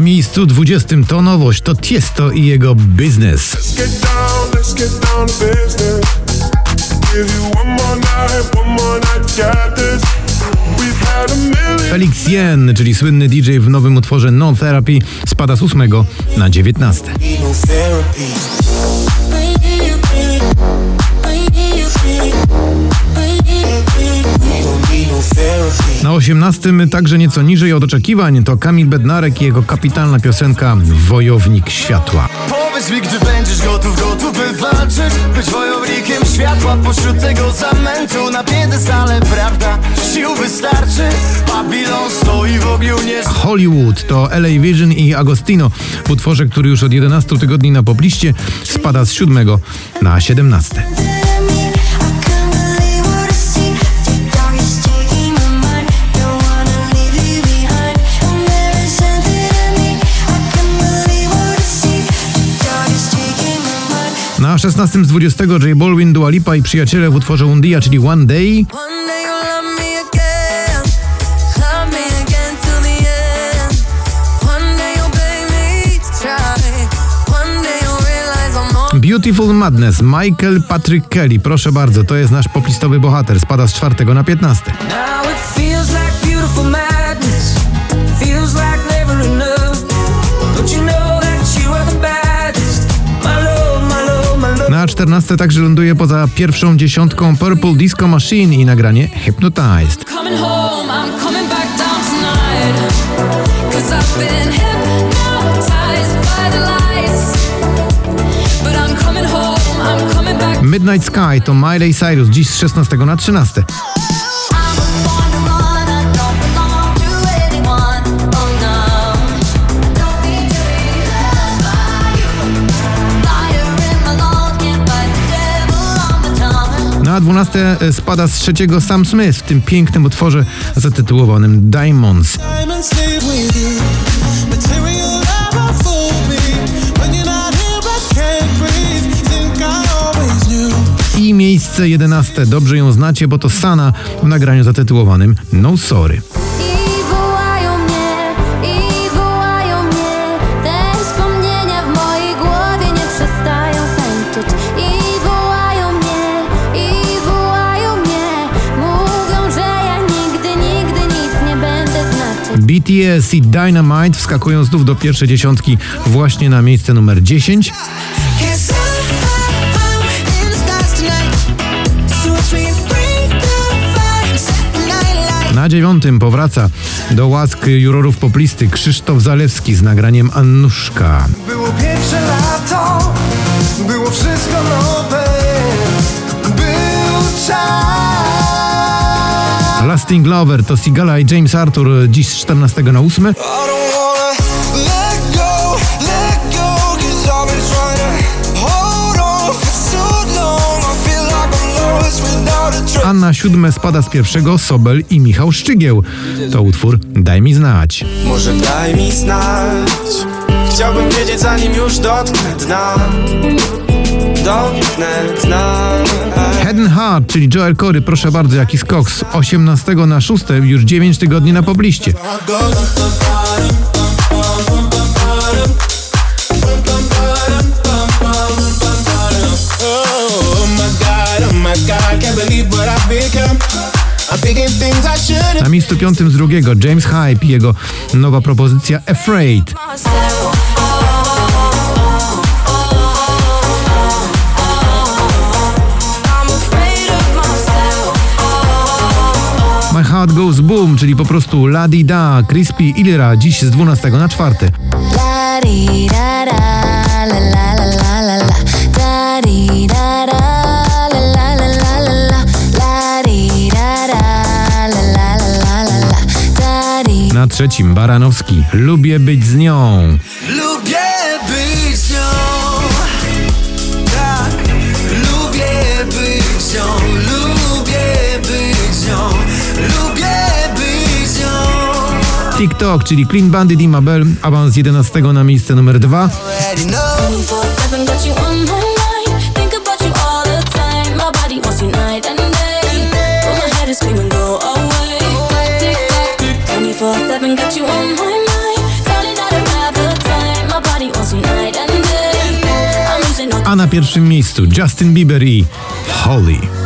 Na miejscu 20 to nowość, to Tiesto i jego Business. Felix Jen, czyli słynny DJ w nowym utworze No Therapy, spada z 8 na 19. Na 18 także nieco niżej od oczekiwań to Kamil Bednarek i jego kapitalna piosenka Wojownik Światła. Powiedz mi, gdy będziesz gotów by walczyć, być wojownikiem światła pośród tego zamętu. Na piedestale, prawda, sił wystarczy. Babylon stoi w ogniu Hollywood to LA Vision i Agostino w utworze, który już od 11 tygodni na popliście, spada z 7 na 17. Na 16 z 20 J Balvin, Dua Lipa i przyjaciele w utworze Undia, czyli One Day. Beautiful Madness, Michael Patrick Kelly. Proszę bardzo, to jest nasz poplistowy bohater. Spada z 4 na 15. Na 14 także ląduje poza pierwszą dziesiątką Purple Disco Machine i nagranie Hypnotized. Midnight Sky to Miley Cyrus, dziś z 16 na 13. Na 12 spada z 3 Sam Smith w tym pięknym utworze zatytułowanym Diamonds. I miejsce 11. Dobrze ją znacie, bo to Sana w nagraniu zatytułowanym No Sorry. BTS i Dynamite wskakują znów do pierwszej dziesiątki właśnie na miejsce numer 10. Na 9 powraca do łask jurorów poplisty Krzysztof Zalewski z nagraniem Annuszka. Było pierwsze lato, było wszystko nowe, był czas. Lasting Lover to Sigala i James Arthur, dziś z 14 na 8. A na 7 spada z pierwszego Sobel i Michał Szczygieł. To utwór Daj mi znać. Może daj mi znać, chciałbym wiedzieć zanim już dotknę dna. Head and Heart, czyli Joel Corey, proszę bardzo, jaki skok z 18 na 6, już 9 tygodni na pobliście. Na miejscu 5 z drugiego James Hype i jego nowa propozycja Afraid. My Heart Goes Boom, czyli po prostu La Di Da, Crispy i Lira, dziś z 12 na 4. Na 3 Baranowski, Lubię być z nią. Lubię być z nią, tak, lubię być z nią, lubię być z nią, lubię być z nią. TikTok, czyli Clean Bandit i Mabel, awans z 11 na miejsce numer 2. Got you on my mind, telling that I'm A na pierwszym miejscu Justin Bieber i Holy.